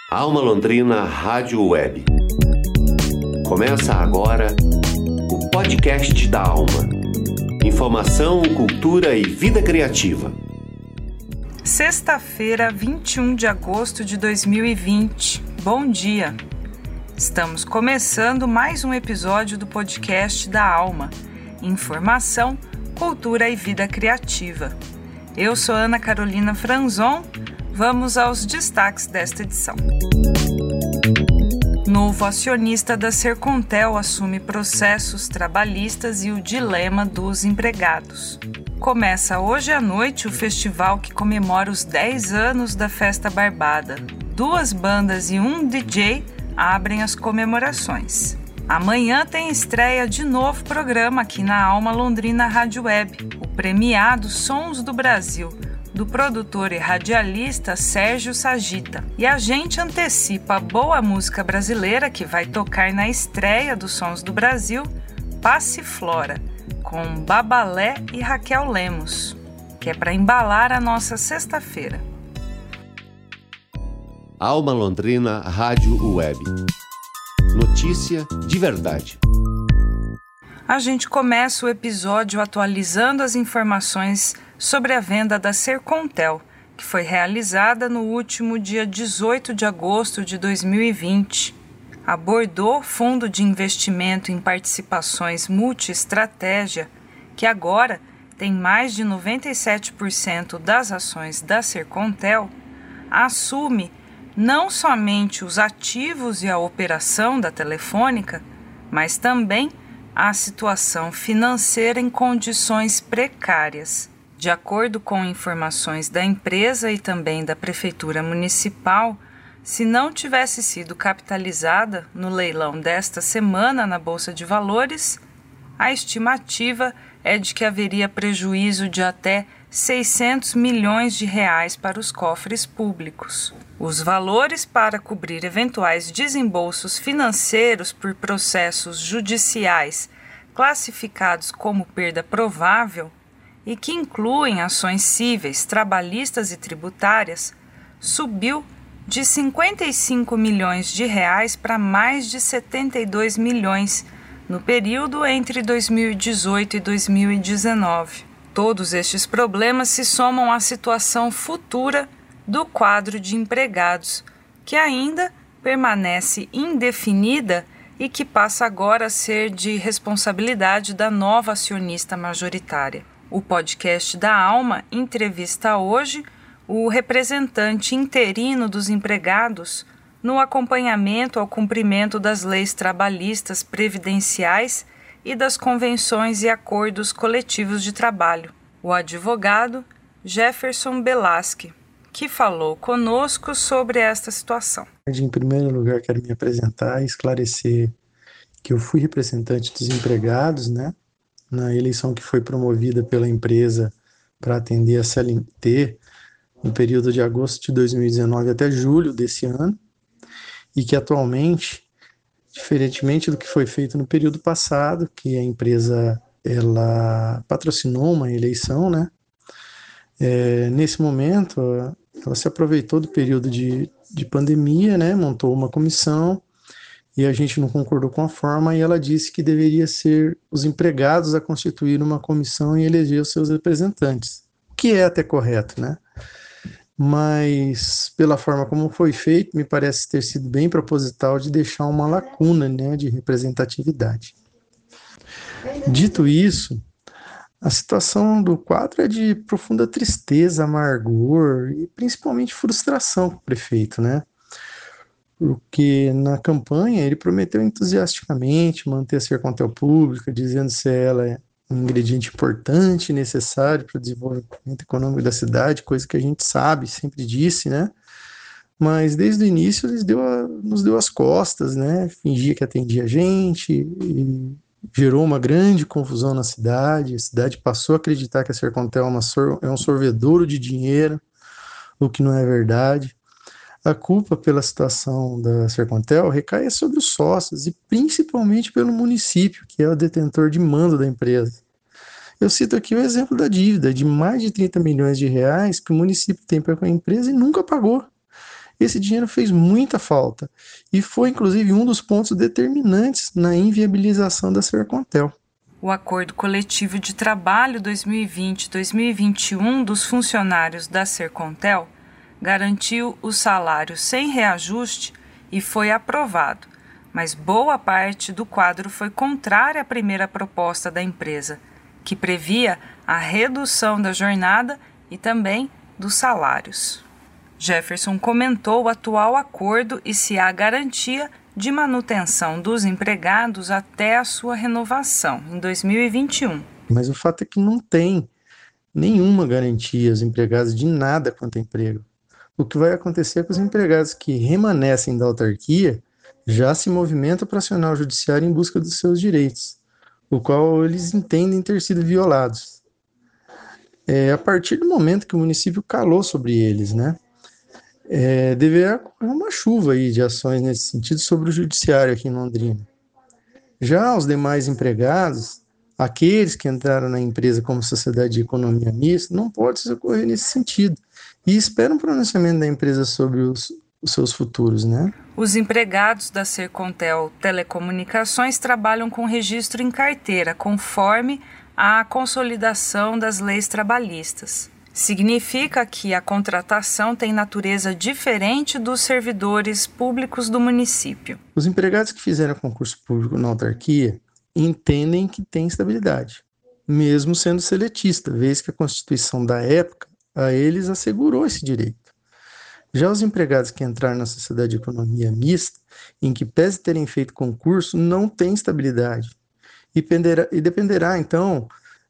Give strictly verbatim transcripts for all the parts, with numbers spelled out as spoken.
Alma Londrina Rádio Web. Começa agora o podcast da Alma. Informação, cultura e vida criativa. Sexta-feira, vinte e um de agosto de dois mil e vinte. Bom dia! Estamos começando mais um episódio do podcast da Alma. Informação, cultura e vida criativa. Eu sou Ana Carolina Franzon. Vamos aos destaques desta edição. Novo acionista da Sercontel assume processos trabalhistas e o dilema dos empregados. Começa hoje à noite o festival que comemora os dez anos da Festa Barbada. Duas bandas e um D J abrem as comemorações. Amanhã tem estreia de novo programa aqui na Alma Londrina Rádio Web, o premiado Sons do Brasil, do produtor e radialista Sérgio Sagita. E a gente antecipa a boa música brasileira que vai tocar na estreia dos Sons do Brasil, Passiflora, com Babalé e Raquel Lemos, que é para embalar a nossa sexta-feira. Alma Londrina Rádio Web. Notícia de verdade. A gente começa o episódio atualizando as informações sobre a venda da Sercontel, que foi realizada no último dia dezoito de agosto de dois mil e vinte. A Bordeaux, fundo de investimento em participações multi-estratégia, que agora tem mais de noventa e sete por cento das ações da Sercontel, assume não somente os ativos e a operação da Telefônica, mas também a situação financeira em condições precárias. De acordo com informações da empresa e também da Prefeitura Municipal, se não tivesse sido capitalizada no leilão desta semana na Bolsa de Valores, a estimativa é de que haveria prejuízo de até seiscentos milhões de reais para os cofres públicos. Os valores para cobrir eventuais desembolsos financeiros por processos judiciais classificados como perda provável e que incluem ações cíveis, trabalhistas e tributárias, subiu de cinquenta e cinco milhões de reais para mais de setenta e dois milhões no período entre dois mil e dezoito e dois mil e dezenove. Todos estes problemas se somam à situação futura do quadro de empregados, que ainda permanece indefinida e que passa agora a ser de responsabilidade da nova acionista majoritária. O podcast da Alma entrevista hoje o representante interino dos empregados no acompanhamento ao cumprimento das leis trabalhistas, previdenciais e das convenções e acordos coletivos de trabalho, o advogado Jefferson Belasque, que falou conosco sobre esta situação. Em primeiro lugar, quero me apresentar e esclarecer que eu fui representante dos empregados, né, na eleição que foi promovida pela empresa para atender a C L T no período de agosto de dois mil e dezenove até julho desse ano, e que atualmente, diferentemente do que foi feito no período passado, que a empresa ela patrocinou uma eleição, né? É, nesse momento, ela se aproveitou do período de, de pandemia, né? Montou uma comissão e a gente não concordou com a forma e ela disse que deveria ser os empregados a constituir uma comissão e eleger os seus representantes, o que é até correto, né? Mas pela forma como foi feito, me parece ter sido bem proposital de deixar uma lacuna, né, de representatividade. Dito isso, a situação do quadro é de profunda tristeza, amargor e principalmente frustração com o prefeito, né? Porque na campanha ele prometeu entusiasticamente manter a Sercontel pública, dizendo se ela é um ingrediente importante e necessário para o desenvolvimento econômico da cidade, coisa que a gente sabe, sempre disse, né? Mas desde o início eles deu a, nos deu as costas, né? Fingia que atendia a gente e gerou uma grande confusão na cidade. A cidade passou a acreditar que a Sercontel é, uma sor, é um sorvedouro de dinheiro, o que não é verdade. A culpa pela situação da Sercontel recai sobre os sócios e principalmente pelo município, que é o detentor de mando da empresa. Eu cito aqui o exemplo da dívida de mais de trinta milhões de reais que o município tem para a empresa e nunca pagou. esse dinheiro fez muita falta e foi, inclusive, um dos pontos determinantes na inviabilização da Sercontel. O Acordo Coletivo de Trabalho dois mil e vinte a dois mil e vinte e um dos funcionários da Sercontel garantiu o salário sem reajuste e foi aprovado, mas boa parte do quadro foi contrária à primeira proposta da empresa, que previa a redução da jornada e também dos salários. Jefferson comentou o atual acordo e se há garantia de manutenção dos empregados até a sua renovação, em dois mil e vinte e um. Mas o fato é que não tem nenhuma garantia aos empregados de nada quanto a emprego. O que vai acontecer é que os empregados que remanescem da autarquia já se movimentam para acionar o judiciário em busca dos seus direitos, o qual eles entendem ter sido violados. É, a partir do momento que o município calou sobre eles, né? É, deverá ocorrer uma chuva aí de ações nesse sentido sobre o judiciário aqui em Londrina. Já os demais empregados, aqueles que entraram na empresa como sociedade de economia mista, não pode ocorrer nesse sentido. E esperam um pronunciamento da empresa sobre os, os seus futuros, né? Os empregados da Sercontel Telecomunicações trabalham com registro em carteira, conforme a consolidação das leis trabalhistas. Significa que a contratação tem natureza diferente dos servidores públicos do município. Os empregados que fizeram concurso público na autarquia entendem que tem estabilidade, mesmo sendo seletista, vez que a Constituição da época a eles assegurou esse direito. Já os empregados que entraram na sociedade de economia mista, em que pese terem feito concurso, não têm estabilidade e dependerá, e dependerá então,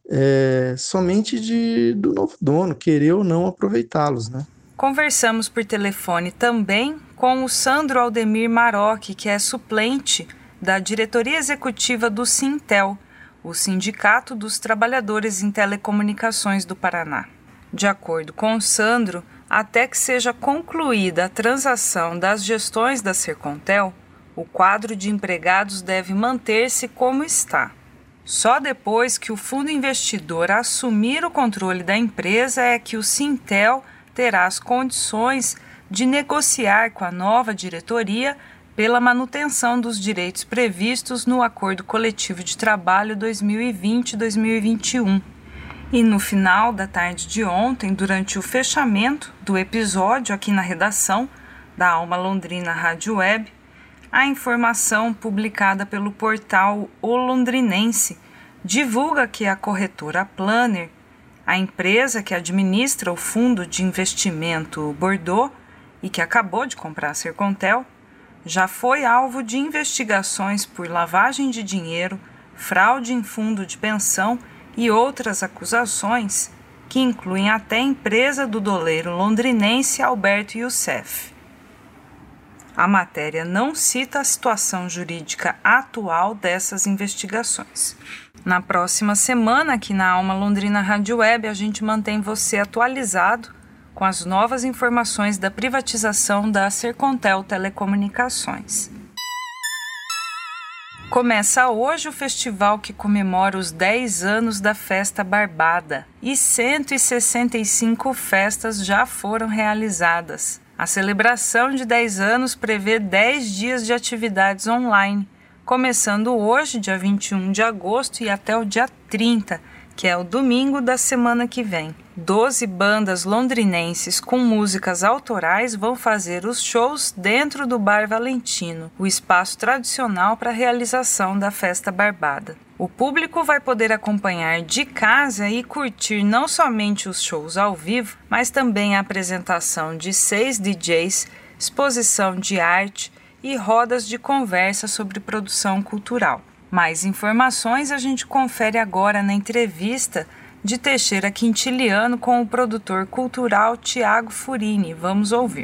É, somente de, do novo dono, querer ou não aproveitá-los, né? Conversamos por telefone também com o Sandro Aldemir Maroc, que é suplente da diretoria executiva do Sintel, o Sindicato dos Trabalhadores em Telecomunicações do Paraná. De acordo com o Sandro, até que seja concluída a transação das gestões da Sercontel, o quadro de empregados deve manter-se como está. Só depois que o fundo investidor assumir o controle da empresa é que o Sintel terá as condições de negociar com a nova diretoria pela manutenção dos direitos previstos no Acordo Coletivo de Trabalho dois mil e vinte a dois mil e vinte e um. E no final da tarde de ontem, durante o fechamento do episódio aqui na redação da Alma Londrina Rádio Web, a informação publicada pelo portal O Londrinense divulga que a corretora Planner, a empresa que administra o fundo de investimento Bordeaux e que acabou de comprar a Sercontel, já foi alvo de investigações por lavagem de dinheiro, fraude em fundo de pensão e outras acusações que incluem até a empresa do doleiro londrinense Alberto Youssef. A matéria não cita a situação jurídica atual dessas investigações. Na próxima semana, aqui na Alma Londrina Rádio Web, a gente mantém você atualizado com as novas informações da privatização da Sercontel Telecomunicações. Começa hoje o festival que comemora os dez anos da Festa Barbada e cento e sessenta e cinco festas já foram realizadas. A celebração de dez anos prevê dez dias de atividades online, começando hoje, dia vinte e um de agosto, e até o dia trinta, que é o domingo da semana que vem. Doze bandas londrinenses com músicas autorais vão fazer os shows dentro do Bar Valentino, o espaço tradicional para a realização da Festa Barbada. O público vai poder acompanhar de casa e curtir não somente os shows ao vivo, mas também a apresentação de seis D Js, exposição de arte e rodas de conversa sobre produção cultural. Mais informações a gente confere agora na entrevista de Teixeira Quintiliano com o produtor cultural Tiago Furini. Vamos ouvir.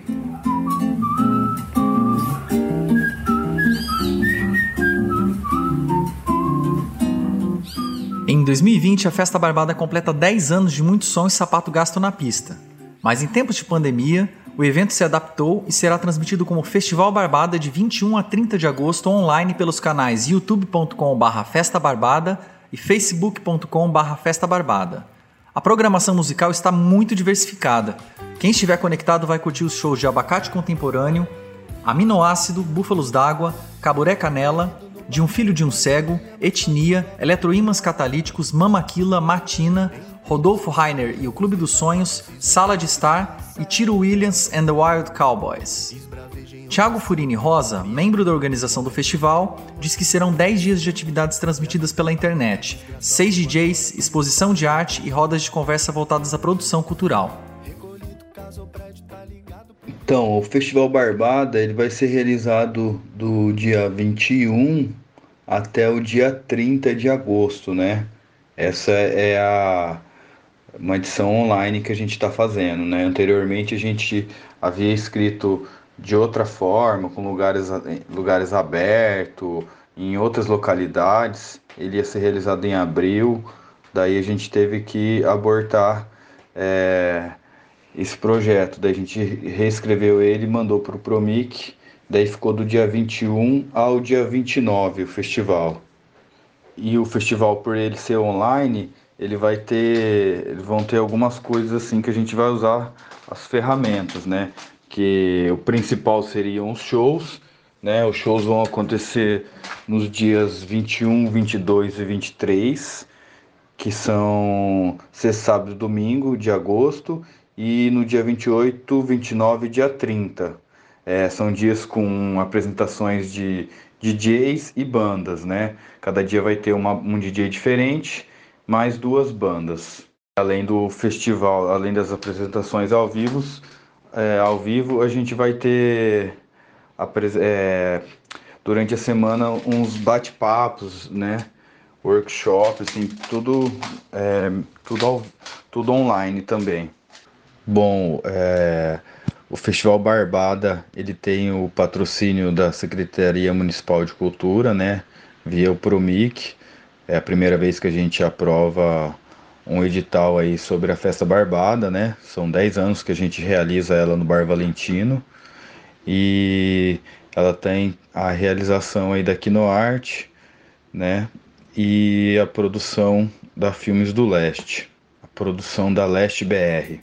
Em dois mil e vinte, a Festa Barbada completa dez anos de muito som e sapato gasto na pista. Mas em tempos de pandemia, o evento se adaptou e será transmitido como Festival Barbada de vinte e um a trinta de agosto online pelos canais youtube ponto com barra festa barbada e facebook ponto com barra festa barbada. A programação musical está muito diversificada. Quem estiver conectado vai curtir os shows de Abacate Contemporâneo, Aminoácido, Búfalos d'Água, Caburé Canela, De um Filho de um Cego, Etnia, Eletroímãs Catalíticos, Mamaquila, Matina, Rodolfo Rainer e o Clube dos Sonhos, Sala de Estar e Tiro Williams and the Wild Cowboys. Thiago Furini Rosa, membro da organização do festival, diz que serão dez dias de atividades transmitidas pela internet, seis D Js, exposição de arte e rodas de conversa voltadas à produção cultural. Então, o Festival Barbada ele vai ser realizado do dia vinte e um até o dia trinta de agosto, né? Essa é a, uma edição online que a gente está fazendo, né? Anteriormente a gente havia escrito de outra forma, com lugares, lugares abertos, em outras localidades. Ele ia ser realizado em abril, daí a gente teve que abortar é, esse projeto. Daí a gente reescreveu ele e mandou para o Promic, daí ficou do dia vinte e um ao dia vinte e nove o festival. E o festival, por ele ser online, ele vai ter, eles vão ter algumas coisas assim que a gente vai usar as ferramentas, né? Que o principal seriam os shows, né? Os shows vão acontecer nos dias vinte e um, vinte e dois e vinte e três, que são sexta, sábado e domingo de agosto, e no dia vinte e oito, vinte e nove e dia trinta. É, são dias com apresentações de D Js e bandas, né? Cada dia vai ter uma, um D J diferente, mais duas bandas. Além do festival, além das apresentações ao vivo, É, ao vivo a gente vai ter é, durante a semana uns bate-papos, né, workshops, assim, tudo, é, tudo, ao, tudo online também. Bom, é, o Festival Barbada ele tem o patrocínio da Secretaria Municipal de Cultura, né, via o Promic. É a primeira vez que a gente aprova um edital aí sobre a Festa Barbada, né? São dez anos que a gente realiza ela no Bar Valentino e ela tem a realização aí da Quinoarte, né? E a produção da Filmes do Leste, a produção da Leste B R.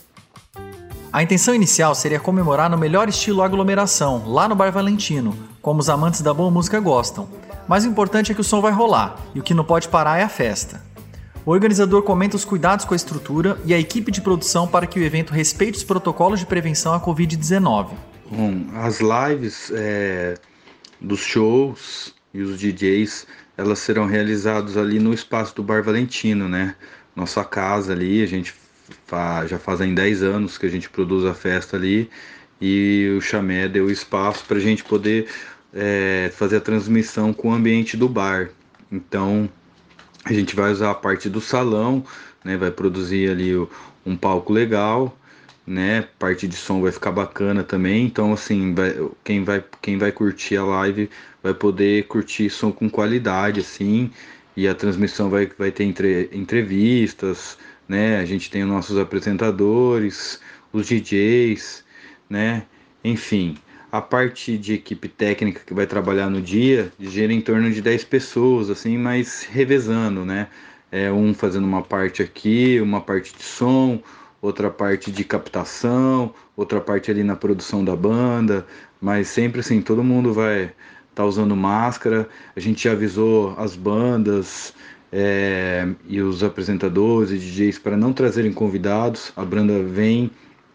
A intenção inicial seria comemorar no melhor estilo aglomeração, lá no Bar Valentino, como os amantes da boa música gostam. Mas o importante é que o som vai rolar, e o que não pode parar é a festa. O organizador comenta os cuidados com a estrutura e a equipe de produção para que o evento respeite os protocolos de prevenção à covid dezenove. Bom, as lives é, dos shows e os D Js, elas serão realizadas ali no espaço do Bar Valentino, né? Nossa casa ali, a gente fa- já fazem dez anos que a gente produz a festa ali e o Chamé deu espaço para a gente poder é, fazer a transmissão com o ambiente do bar. Então, a gente vai usar a parte do salão, né? Vai produzir ali o, um palco legal, né? Parte de som vai ficar bacana também. Então, assim, vai, quem, vai, quem vai curtir a live vai poder curtir som com qualidade, assim. E a transmissão vai, vai ter entre, entrevistas, né? A gente tem os nossos apresentadores, os D Js, né? Enfim, a parte de equipe técnica que vai trabalhar no dia gira em torno de dez pessoas, assim, mas revezando, né? É, um fazendo uma parte aqui, uma parte de som, outra parte de captação, outra parte ali na produção da banda, mas sempre assim, todo mundo vai estar tá usando máscara. A gente já avisou as bandas é, e os apresentadores e D Js para não trazerem convidados. A banda vem,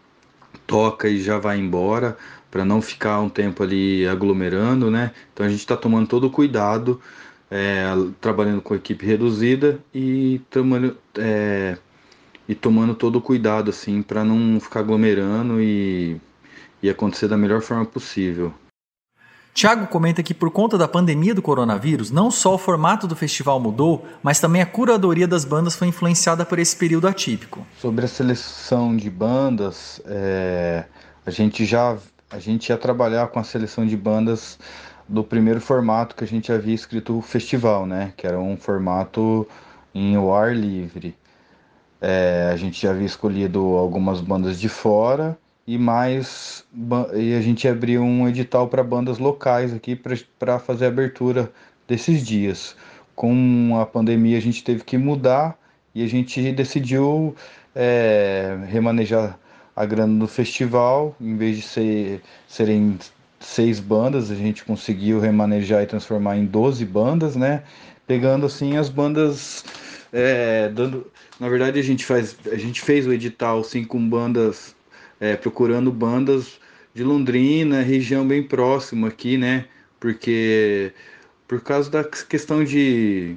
toca e já vai embora, para não ficar um tempo ali aglomerando, né? Então a gente está tomando todo o cuidado, é, trabalhando com equipe reduzida e tomando, é, e tomando todo o cuidado, assim, para não ficar aglomerando e, e acontecer da melhor forma possível. Thiago comenta que por conta da pandemia do coronavírus, não só o formato do festival mudou, mas também a curadoria das bandas foi influenciada por esse período atípico. Sobre a seleção de bandas, é, a gente já a gente ia trabalhar com a seleção de bandas do primeiro formato que a gente havia escrito o festival, né? Que era um formato em o ar livre. É, a gente já havia escolhido algumas bandas de fora e mais e a gente abriu um edital para bandas locais aqui para fazer a abertura desses dias. Com a pandemia a gente teve que mudar e a gente decidiu é, remanejar a grana do festival. Em vez de ser, serem seis bandas, a gente conseguiu remanejar e transformar em doze bandas, né? Pegando assim as bandas, é, dando, na verdade a gente faz, a gente fez o edital assim com bandas, é, procurando bandas de Londrina, região bem próxima aqui, né? Porque por causa da questão de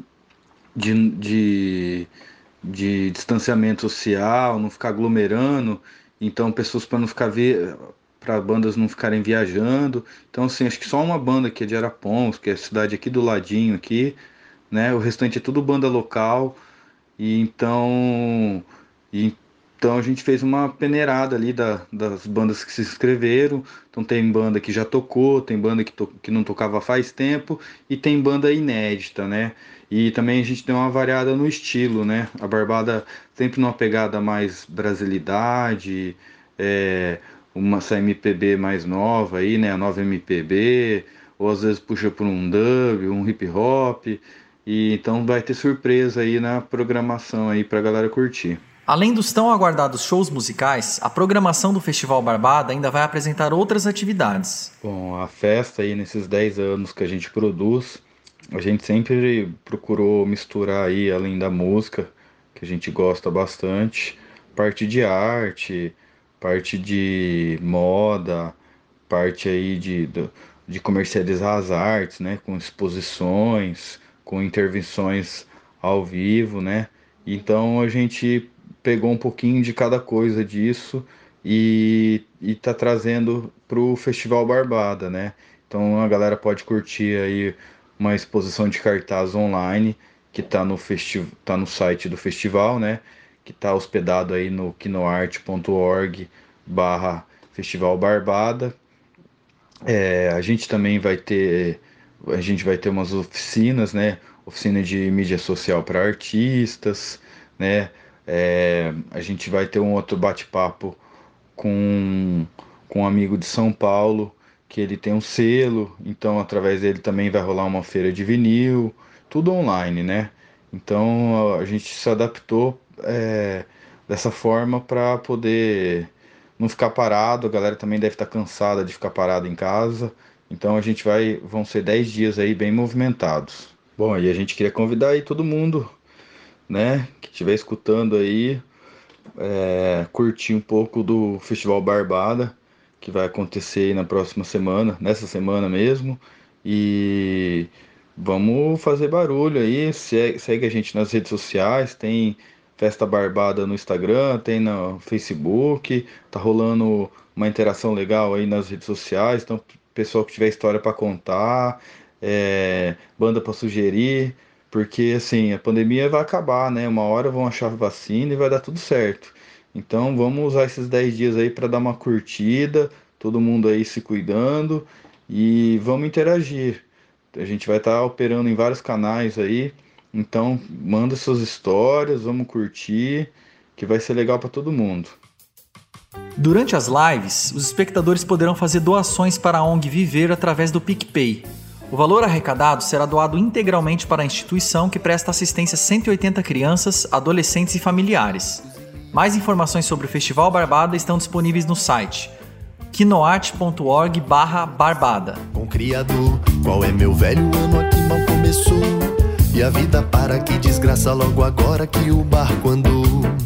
de, de de distanciamento social, não ficar aglomerando, então pessoas para não ficar ver, para bandas não ficarem viajando. Então assim, acho que só uma banda que é de Arapongas, que é a cidade aqui do ladinho aqui, né? O restante é tudo banda local. E então, e, então a gente fez uma peneirada ali da, das bandas que se inscreveram. Então tem banda que já tocou, tem banda que, to, que não tocava faz tempo e tem banda inédita, né? E também a gente deu uma variada no estilo, né? A Barbada sempre numa pegada mais brasilidade, é, uma essa M P B mais nova aí, né? A nova M P B, ou às vezes puxa por um dub, um hip hop. E então vai ter surpresa aí na programação aí pra galera curtir. Além dos tão aguardados shows musicais, a programação do Festival Barbada ainda vai apresentar outras atividades. Bom, a festa aí nesses dez anos que a gente produz, a gente sempre procurou misturar aí, além da música, que a gente gosta bastante, parte de arte, parte de moda, parte aí de, de comercializar as artes, né, com exposições, com intervenções ao vivo, né? Então a gente pegou um pouquinho de cada coisa disso e está trazendo para o Festival Barbada, né? Então a galera pode curtir aí uma exposição de cartaz online que está no, festi- tá no site do festival, né? Que está hospedado aí no quinoarte ponto org barra Festival Barbada. É, a gente também vai ter a gente vai ter umas oficinas, né? Oficina de mídia social para artistas, né? É, a gente vai ter um outro bate-papo com, com um amigo de São Paulo, que ele tem um selo, então através dele também vai rolar uma feira de vinil, tudo online, né? Então a gente se adaptou é, dessa forma para poder não ficar parado. A galera também deve estar cansada de ficar parada em casa. Então a gente vai, vão ser dez dias aí bem movimentados. Bom, e a gente queria convidar aí todo mundo, né, que estiver escutando aí, é, curtir um pouco do Festival Barbada, que vai acontecer aí na próxima semana, nessa semana mesmo. E vamos fazer barulho aí, segue a gente nas redes sociais, tem Festa Barbada no Instagram, tem no Facebook, tá rolando uma interação legal aí nas redes sociais, então pessoal que tiver história para contar, é, banda para sugerir, porque assim, a pandemia vai acabar, né? Uma hora vão achar vacina e vai dar tudo certo. Então vamos usar esses dez dias aí para dar uma curtida, todo mundo aí se cuidando e vamos interagir. A gente vai estar operando em vários canais aí, então manda suas histórias, vamos curtir, que vai ser legal para todo mundo. Durante as lives, os espectadores poderão fazer doações para a O N G Viver através do PicPay. O valor arrecadado será doado integralmente para a instituição que presta assistência a cento e oitenta crianças, adolescentes e familiares. Mais informações sobre o Festival Barbada estão disponíveis no site quinoarte ponto org barra barbada. Com o Criador, qual é meu velho ano aqui mal começou? E a vida para que desgraça logo agora que o barco andou.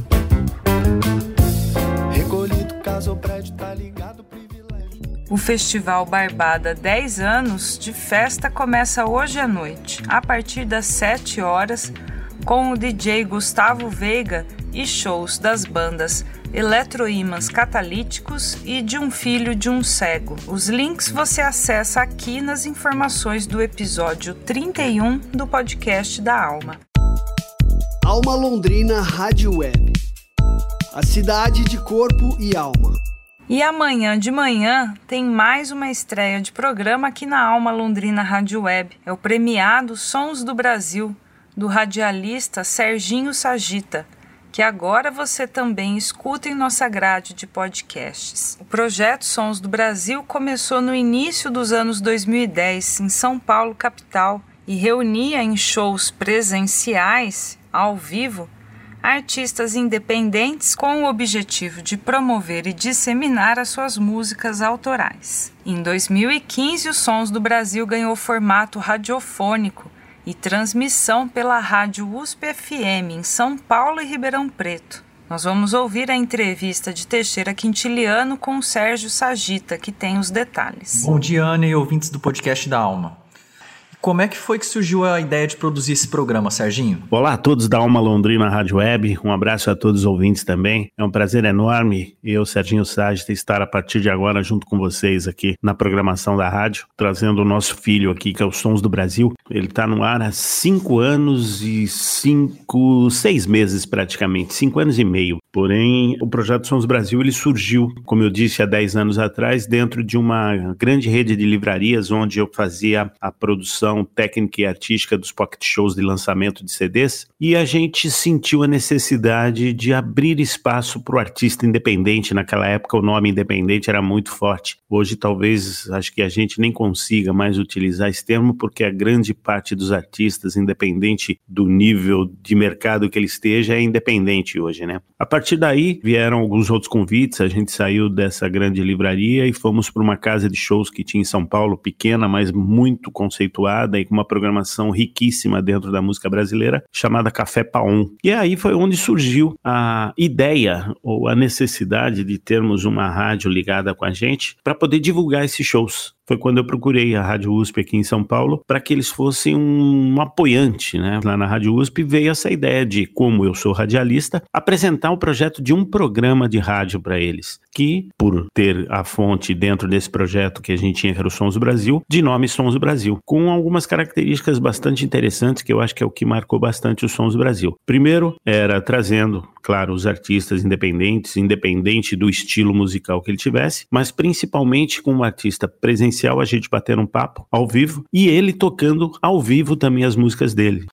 Recolhido, casa ou prédio, tá ligado, privilégio. O Festival Barbada dez anos de festa começa hoje à noite, a partir das sete horas, com o D J Gustavo Veiga e shows das bandas Eletroímãs Catalíticos e De um Filho de um Cego. Os links você acessa aqui nas informações do episódio trinta e um do podcast da Alma. Alma Londrina Rádio Web. A cidade de corpo e alma. E amanhã de manhã tem mais uma estreia de programa aqui na Alma Londrina Rádio Web. É o premiado Sons do Brasil, do radialista Serginho Sagita, que agora você também escuta em nossa grade de podcasts. O projeto Sons do Brasil começou no início dos anos dois mil e dez, em São Paulo, capital, e reunia em shows presenciais, ao vivo, artistas independentes com o objetivo de promover e disseminar as suas músicas autorais. Em dois mil e quinze, o Sons do Brasil ganhou formato radiofônico e transmissão pela Rádio U S P F M em São Paulo e Ribeirão Preto. Nós vamos ouvir a entrevista de Teixeira Quintiliano com o Sérgio Sagita, que tem os detalhes. Bom dia, Ana e ouvintes do podcast da Alma. Como é que foi que surgiu a ideia de produzir esse programa, Serginho? Olá a todos da Alma Londrina Rádio Web, um abraço a todos os ouvintes também. É um prazer enorme eu, Serginho Sagita, estar a partir de agora junto com vocês aqui na programação da rádio, trazendo o nosso filho aqui, que é o Sons do Brasil. Ele está no ar há cinco anos e cinco, seis meses praticamente, cinco anos e meio. Porém, o projeto Sons do Brasil ele surgiu, como eu disse, há dez anos atrás, dentro de uma grande rede de livrarias onde eu fazia a produção técnica e artística dos pocket shows de lançamento de C Ds, e a gente sentiu a necessidade de abrir espaço para o artista independente. Naquela época o nome independente era muito forte. Hoje talvez acho que a gente nem consiga mais utilizar esse termo, porque a grande parte dos artistas, independente do nível de mercado que ele esteja, é independente hoje, né? A partir daí vieram alguns outros convites, a gente saiu dessa grande livraria e fomos para uma casa de shows que tinha em São Paulo, pequena, mas muito conceituada e com uma programação riquíssima dentro da música brasileira, chamada Café Paon. E aí foi onde surgiu a ideia ou a necessidade de termos uma rádio ligada com a gente para poder divulgar esses shows. Foi quando eu procurei a Rádio U S P aqui em São Paulo para que eles fossem um, um apoiante, né? Lá na Rádio U S P veio essa ideia de, como eu sou radialista, apresentar o projeto de um programa de rádio para eles, que, por ter a fonte dentro desse projeto que a gente tinha, que era o Sons do Brasil, de nome Sons do Brasil, com algumas características bastante interessantes, que eu acho que é o que marcou bastante os Sons do Brasil. Primeiro, era trazendo, claro, os artistas independentes, independente do estilo musical que ele tivesse, mas principalmente com um artista presencial, a gente bater um papo ao vivo e ele tocando ao vivo também as músicas dele.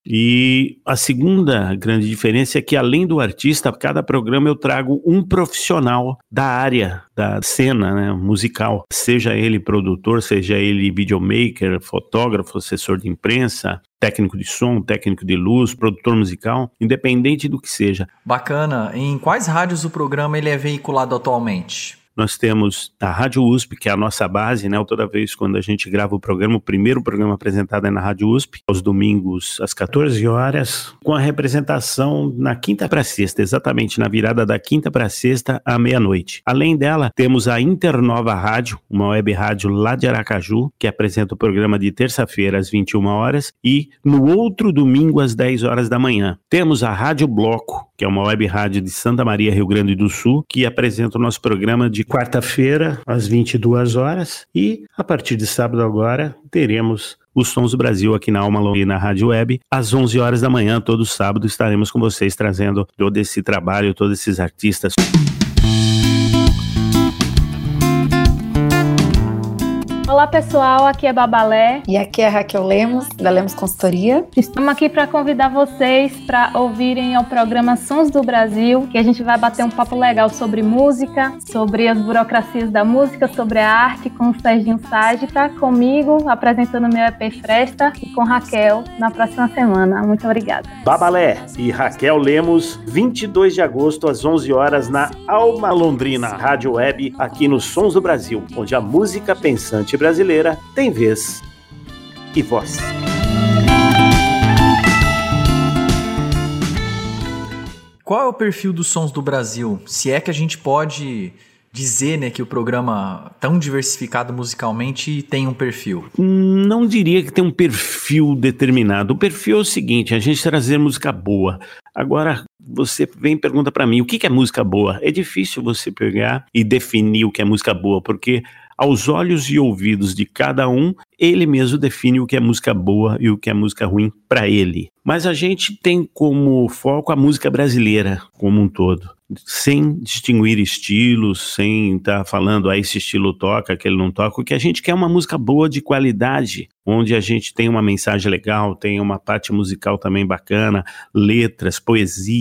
E a segunda grande diferença é que, além do artista, cada programa eu trago um profissional da área, da cena, né, musical, seja ele produtor, seja ele videomaker, fotógrafo, assessor de imprensa, técnico de som, técnico de luz, produtor musical, independente do que seja. Bacana. Em quais rádios o programa ele é veiculado atualmente? Nós temos a Rádio U S P, que é a nossa base, né? Toda vez quando a gente grava o programa, o primeiro programa apresentado é na Rádio U S P, aos domingos às catorze horas, com a representação na quinta para sexta, exatamente na virada da quinta para sexta à meia-noite. Além dela, temos a Internova Rádio, uma web rádio lá de Aracaju, que apresenta o programa de terça-feira às vinte e uma horas e no outro domingo às dez horas da manhã. Temos a Rádio Bloco, que é uma web rádio de Santa Maria, Rio Grande do Sul, que apresenta o nosso programa de quarta-feira, às vinte e duas horas, e a partir de sábado agora, teremos os Sons do Brasil aqui na Alma Londrina Rádio Web, às onze horas da manhã, todo sábado, estaremos com vocês trazendo todo esse trabalho, todos esses artistas. Olá pessoal, aqui é Babalé. E aqui é Raquel Lemos, da Lemos Consultoria. Estamos aqui para convidar vocês para ouvirem o programa Sons do Brasil, que a gente vai bater um papo legal sobre música, sobre as burocracias da música, sobre a arte, com o Serginho Sagita, comigo, apresentando meu E P Fresta, e com Raquel na próxima semana. Muito obrigada. Babalé e Raquel Lemos, vinte e dois de agosto, às onze horas, na Alma Londrina Rádio Web, aqui no Sons do Brasil, onde a música pensante brasileira tem vez e voz. Qual é o perfil dos Sons do Brasil? Se é que a gente pode dizer, né, que o programa, tão diversificado musicalmente, tem um perfil. Não diria que tem um perfil determinado. O perfil é o seguinte: a gente trazer música boa. Agora, você vem e pergunta pra mim, o que é música boa? É difícil você pegar e definir o que é música boa, porque aos olhos e ouvidos de cada um, ele mesmo define o que é música boa e o que é música ruim para ele. Mas a gente tem como foco a música brasileira como um todo, sem distinguir estilos, sem estar tá falando, ah, esse estilo toca, aquele não toca. O que a gente quer é uma música boa, de qualidade, onde a gente tem uma mensagem legal, tem uma parte musical também bacana, letras, poesia,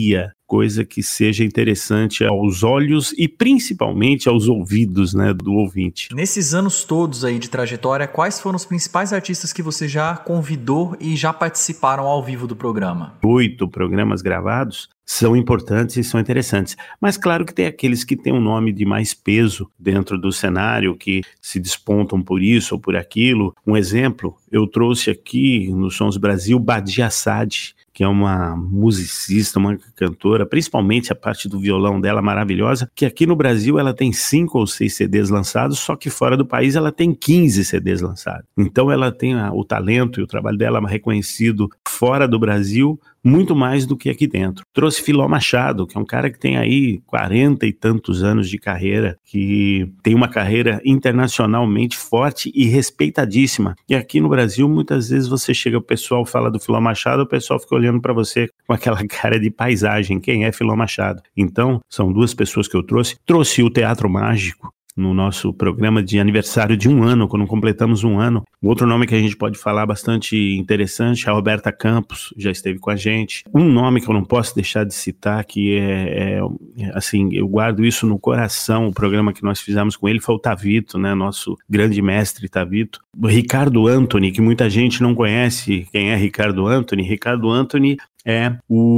coisa que seja interessante aos olhos e principalmente aos ouvidos, né, do ouvinte. Nesses anos todos aí de trajetória, quais foram os principais artistas que você já convidou e já participaram ao vivo do programa? Oito programas gravados são importantes e são interessantes. Mas claro que tem aqueles que têm um nome de mais peso dentro do cenário, que se despontam por isso ou por aquilo. Um exemplo, eu trouxe aqui no Sons do Brasil Badia Sade, que é uma musicista, uma cantora, principalmente a parte do violão dela maravilhosa, que aqui no Brasil ela tem cinco ou seis C Ds lançados, só que fora do país ela tem quinze C Ds lançados. Então ela tem a, o talento e o trabalho dela reconhecido fora do Brasil, muito mais do que aqui dentro. Trouxe Filó Machado, que é um cara que tem aí quarenta e tantos anos de carreira, que tem uma carreira internacionalmente forte e respeitadíssima. E aqui no Brasil, muitas vezes você chega, o pessoal fala do Filó Machado, o pessoal fica olhando para você com aquela cara de paisagem. Quem é Filó Machado? Então, são duas pessoas que eu trouxe. Trouxe o Teatro Mágico no nosso programa de aniversário de um ano, quando completamos um ano. Outro nome que a gente pode falar bastante interessante, a Roberta Campos, já esteve com a gente. Um nome que eu não posso deixar de citar, que é, é assim, eu guardo isso no coração, o programa que nós fizemos com ele foi o Tavito, né, nosso grande mestre Tavito. O Ricardo Anthony, que muita gente não conhece quem é Ricardo Anthony. Ricardo Anthony é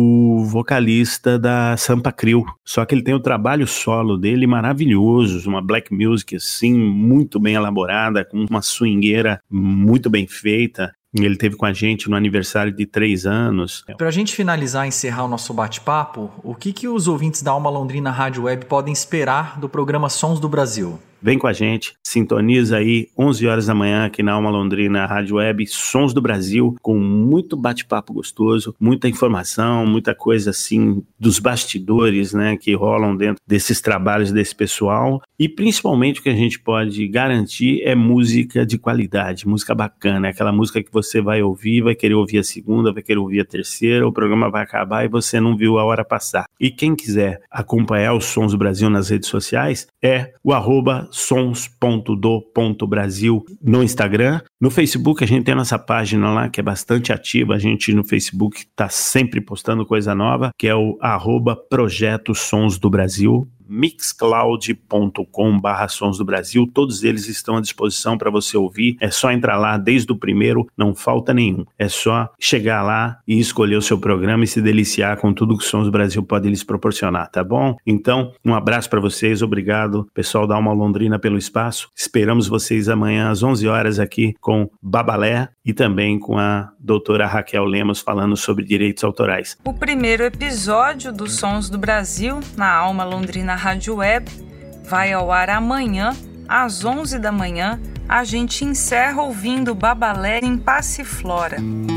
o vocalista da Sampa Crio, só que ele tem o trabalho solo dele maravilhoso, uma black music assim, muito bem elaborada, com uma swingueira muito bem feita. Ele esteve com a gente no aniversário de três anos. Para a gente finalizar e encerrar o nosso bate-papo, o que, que os ouvintes da Alma Londrina Rádio Web podem esperar do programa Sons do Brasil? Vem com a gente, sintoniza aí, onze horas da manhã aqui na Alma Londrina Rádio Web, Sons do Brasil, com muito bate-papo gostoso, muita informação, muita coisa assim dos bastidores, né, que rolam dentro desses trabalhos desse pessoal. E principalmente o que a gente pode garantir é música de qualidade, música bacana, é aquela música que você vai ouvir, vai querer ouvir a segunda, vai querer ouvir a terceira, o programa vai acabar e você não viu a hora passar. E quem quiser acompanhar os Sons do Brasil nas redes sociais é o arroba sons ponto do ponto brasil no Instagram. No Facebook a gente tem a nossa página lá que é bastante ativa, a gente no Facebook está sempre postando coisa nova, que é o arroba Projeto Sons do Brasil. mixcloud ponto com barra Sons do Brasil, todos eles estão à disposição para você ouvir, é só entrar lá desde o primeiro, não falta nenhum, é só chegar lá e escolher o seu programa e se deliciar com tudo que o Sons do Brasil pode lhes proporcionar, tá bom? Então, um abraço para vocês, obrigado pessoal da Alma Londrina pelo espaço, esperamos vocês amanhã às onze horas aqui com Babalé e também com a doutora Raquel Lemos falando sobre direitos autorais. O primeiro episódio dos Sons do Brasil na Alma Londrina Rádio Web vai ao ar amanhã, às onze da manhã. A gente encerra ouvindo Babalé em Passiflora.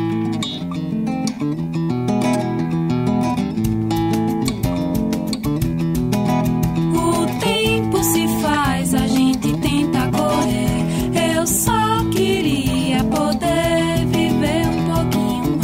O tempo se faz, a gente tenta correr. Eu só queria poder viver um pouquinho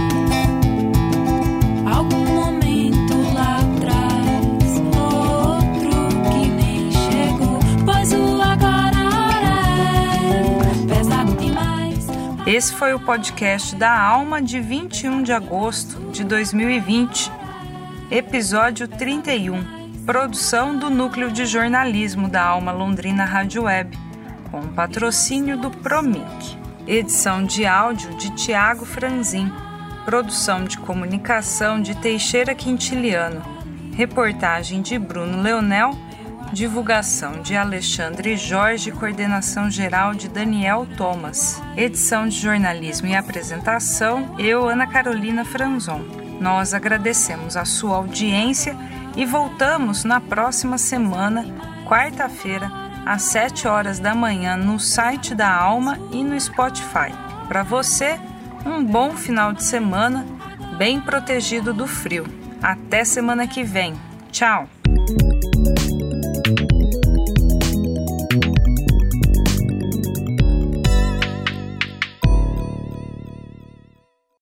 mais. Algum momento lá atrás, outro que nem chegou, pois o agora é pesado demais. Esse foi o podcast da Alma de vinte e um de agosto de dois mil e vinte, episódio trinta e um, produção do Núcleo de Jornalismo da Alma Londrina Rádio Web, com patrocínio do Promic. Edição de áudio de Tiago Franzin, produção de comunicação de Teixeira Quintiliano, reportagem de Bruno Leonel, divulgação de Alexandre Jorge, coordenação geral de Daniel Thomas, edição de jornalismo e apresentação, eu, Ana Carolina Franzon. Nós agradecemos a sua audiência e voltamos na próxima semana, quarta-feira, às sete horas da manhã, no site da Alma e no Spotify. Para você, um bom final de semana, bem protegido do frio. Até semana que vem. Tchau!